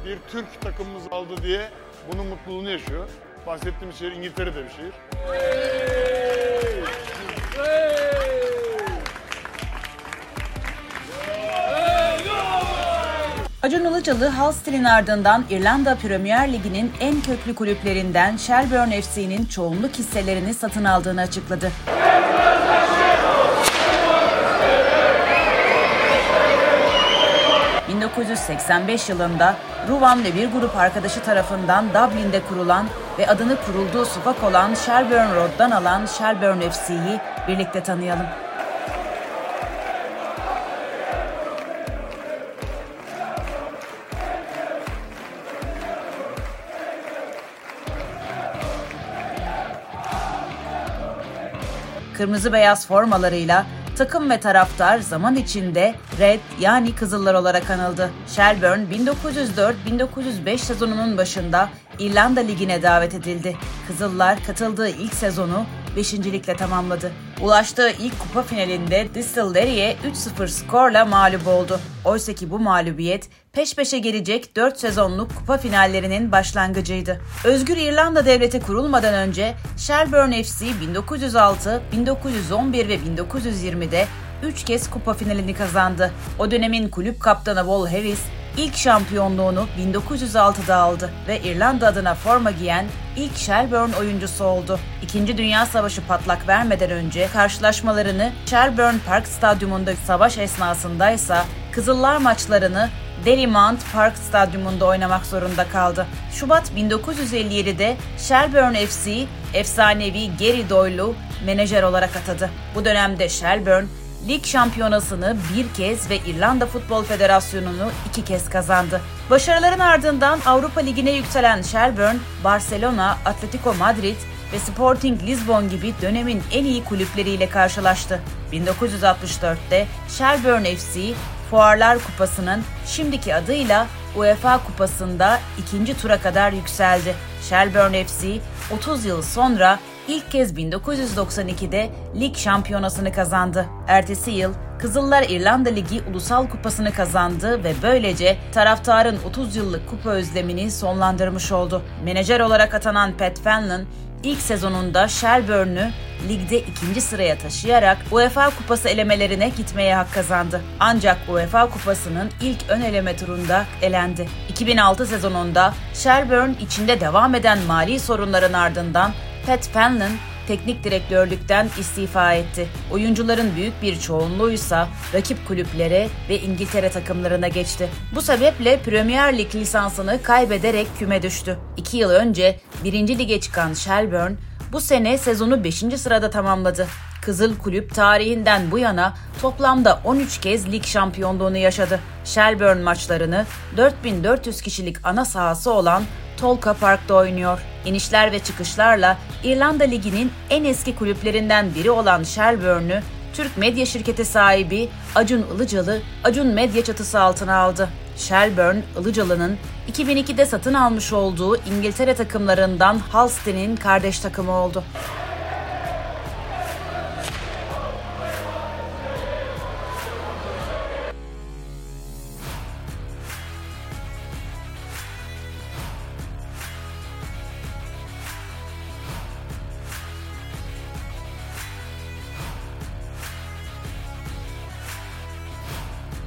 bir Türk takımımız aldı diye bunun mutluluğunu yaşıyor. Bahsettiğimiz şehir İngiltere'de bir şehir. Acun Ilıcalı, Hull City'nin ardından İrlanda Premier Ligi'nin en köklü kulüplerinden Shelbourne FC'nin çoğunluk hisselerini satın aldığını açıkladı. ...1985 yılında Ruvan ve bir grup arkadaşı tarafından Dublin'de kurulan ve adını kurulduğu sokak olan Shelbourne Road'dan alan Shelbourne FC'yi birlikte tanıyalım. Kırmızı beyaz formalarıyla takım ve taraftar zaman içinde Red yani Kızıllar olarak anıldı. Shelbourne 1904-1905 sezonunun başında İrlanda Ligi'ne davet edildi. Kızıllar katıldığı ilk sezonu 5.likle tamamladı. Ulaştığı ilk kupa finalinde Distillery'e 3-0 skorla mağlup oldu. Oysaki bu mağlubiyet peş peşe gelecek 4 sezonluk kupa finallerinin başlangıcıydı. Özgür İrlanda Devleti kurulmadan önce Shelbourne FC 1906, 1911 ve 1920'de 3 kez kupa finalini kazandı. O dönemin kulüp kaptanı Wal Harris ilk şampiyonluğunu 1906'da aldı ve İrlanda adına forma giyen ilk Shelbourne oyuncusu oldu. İkinci Dünya Savaşı patlak vermeden önce karşılaşmalarını Shelbourne Park Stadyumunda, savaş esnasındaysa Kızıllar maçlarını Derrymount Park Stadyumunda oynamak zorunda kaldı. Şubat 1957'de Shelbourne FC, efsanevi Gary Doyle'u menajer olarak atadı. Bu dönemde Shelbourne, lig şampiyonasını bir kez ve İrlanda Futbol Federasyonu'nu 2 kez kazandı. Başarıların ardından Avrupa Ligi'ne yükselen Shelbourne, Barcelona, Atletico Madrid ve Sporting Lisbon gibi dönemin en iyi kulüpleriyle karşılaştı. 1964'te Shelbourne FC, Fuarlar Kupası'nın şimdiki adıyla UEFA Kupası'nda 2. tura kadar yükseldi. Shelbourne FC 30 yıl sonra ilk kez 1992'de lig şampiyonasını kazandı. Ertesi yıl Kızıllar İrlanda Ligi Ulusal Kupası'nı kazandı ve böylece taraftarın 30 yıllık kupa özlemini sonlandırmış oldu. Menajer olarak atanan Pat Fenlon, ilk sezonunda Shelbourne'ü ligde 2. sıraya taşıyarak UEFA Kupası elemelerine gitmeye hak kazandı. Ancak UEFA Kupası'nın ilk ön eleme turunda elendi. 2006 sezonunda Shelbourne içinde devam eden mali sorunların ardından Pat Fenlon teknik direktörlükten istifa etti. Oyuncuların büyük bir çoğunluğuysa rakip kulüplere ve İngiltere takımlarına geçti. Bu sebeple Premier Lig lisansını kaybederek küme düştü. 2 yıl önce 1. Lige çıkan Shelbourne bu sene sezonu 5. sırada tamamladı. Kızıl Kulüp tarihinden bu yana toplamda 13 kez lig şampiyonluğunu yaşadı. Shelbourne maçlarını 4400 kişilik ana sahası olan Tolka Park'ta oynuyor. İnişler ve çıkışlarla İrlanda Ligi'nin en eski kulüplerinden biri olan Shelbourne'ü Türk medya şirketi sahibi Acun Ilıcalı, Acun Medya çatısı altına aldı. Shelbourne, Ilıcalı'nın 2002'de satın almış olduğu İngiltere takımlarından Hull City'nin kardeş takımı oldu.